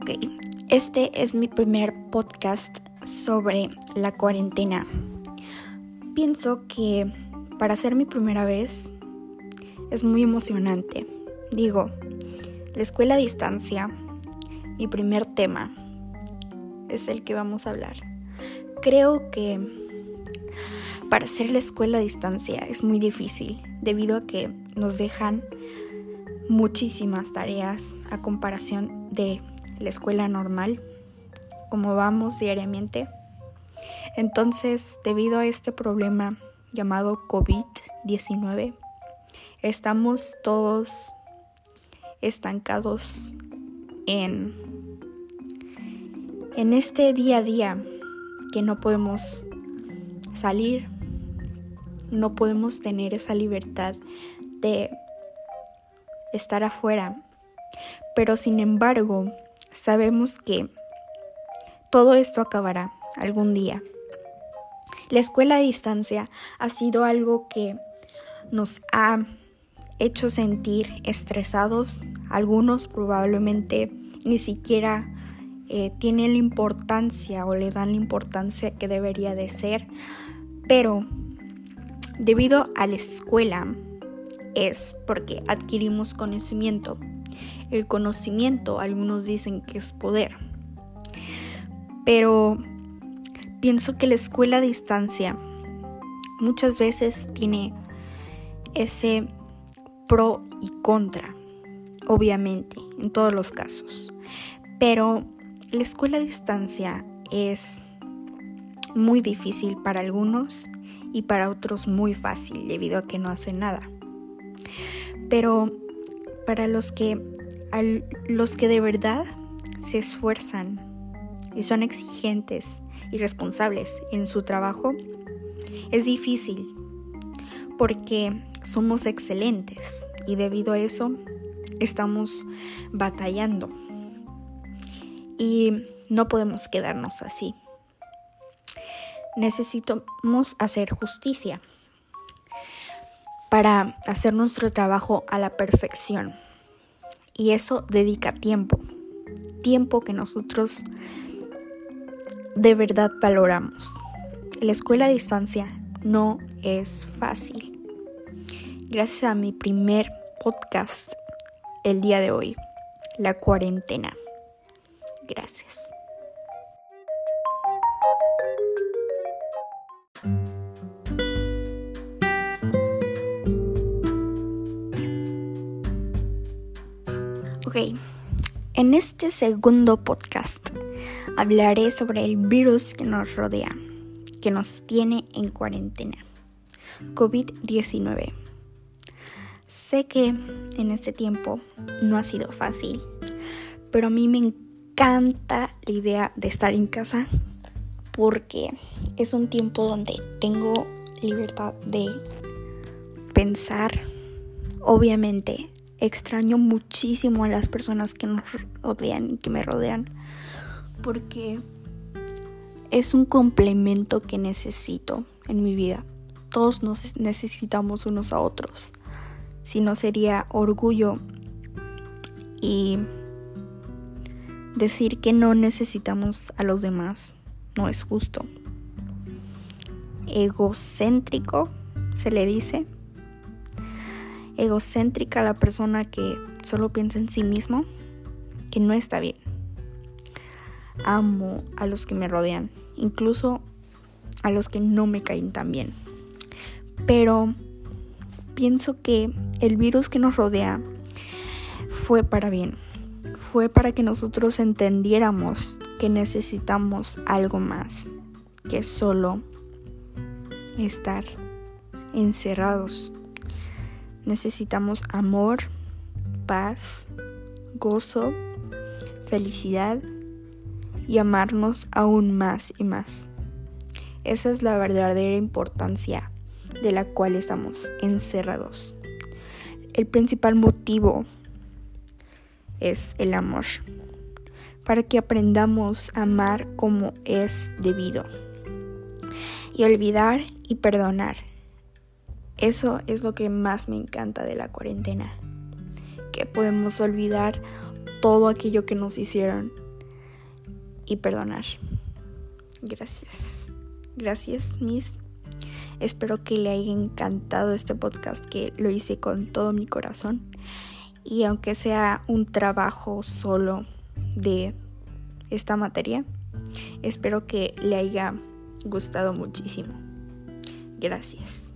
Ok, este es mi primer podcast sobre la cuarentena. Pienso que para ser mi primera vez es muy emocionante. Digo, la escuela a distancia, mi primer tema, es el que vamos a hablar. Creo que para hacer la escuela a distancia es muy difícil debido a que nos dejan muchísimas tareas a comparación de la escuela normal, como vamos diariamente. Entonces, debido a este problema llamado COVID-19, estamos todos estancados en este día a día que no podemos salir, no podemos tener esa libertad de estar afuera, pero sin embargo sabemos que todo esto acabará algún día. La escuela a distancia ha sido algo que nos ha hecho sentir estresados. Algunos probablemente ni siquiera tienen la importancia o le dan la importancia que debería de ser, pero debido a la escuela es porque adquirimos conocimiento. El conocimiento, algunos dicen que es poder, pero pienso que la escuela a distancia muchas veces tiene ese pro y contra, obviamente, en todos los casos. Pero la escuela a distancia es muy difícil para algunos y para otros muy fácil debido a que no hacen nada. Pero para los que de verdad se esfuerzan y son exigentes y responsables en su trabajo, es difícil porque somos excelentes y debido a eso estamos batallando y no podemos quedarnos así. Necesitamos hacer justicia para hacer nuestro trabajo a la perfección. Y eso dedica tiempo que nosotros de verdad valoramos. La escuela a distancia no es fácil. Gracias a mi primer podcast el día de hoy, la cuarentena. Gracias. Ok, en este segundo podcast hablaré sobre el virus que nos rodea, que nos tiene en cuarentena, COVID-19. Sé que en este tiempo no ha sido fácil, pero a mí me encanta la idea de estar en casa porque es un tiempo donde tengo libertad de pensar. Obviamente, extraño muchísimo a las personas que nos rodean y que me rodean porque es un complemento que necesito en mi vida. Todos nos necesitamos unos a otros. Si no, sería orgullo y decir que no necesitamos a los demás. No es justo. Egocéntrico se le dice. Egocéntrica a la persona que solo piensa en sí mismo, que no está bien. Amo a los que me rodean, incluso a los que no me caen tan bien. Pero pienso que el virus que nos rodea fue para bien. Fue para que nosotros entendiéramos que necesitamos algo más que solo estar encerrados. Necesitamos amor, paz, gozo, felicidad y amarnos aún más y más. Esa es la verdadera importancia de la cual estamos encerrados. El principal motivo es el amor, para que aprendamos a amar como es debido y olvidar y perdonar. Eso es lo que más me encanta de la cuarentena, que podemos olvidar todo aquello que nos hicieron y perdonar. Gracias. Gracias, Miss. Espero que le haya encantado este podcast, que lo hice con todo mi corazón. Y aunque sea un trabajo solo de esta materia, espero que le haya gustado muchísimo. Gracias.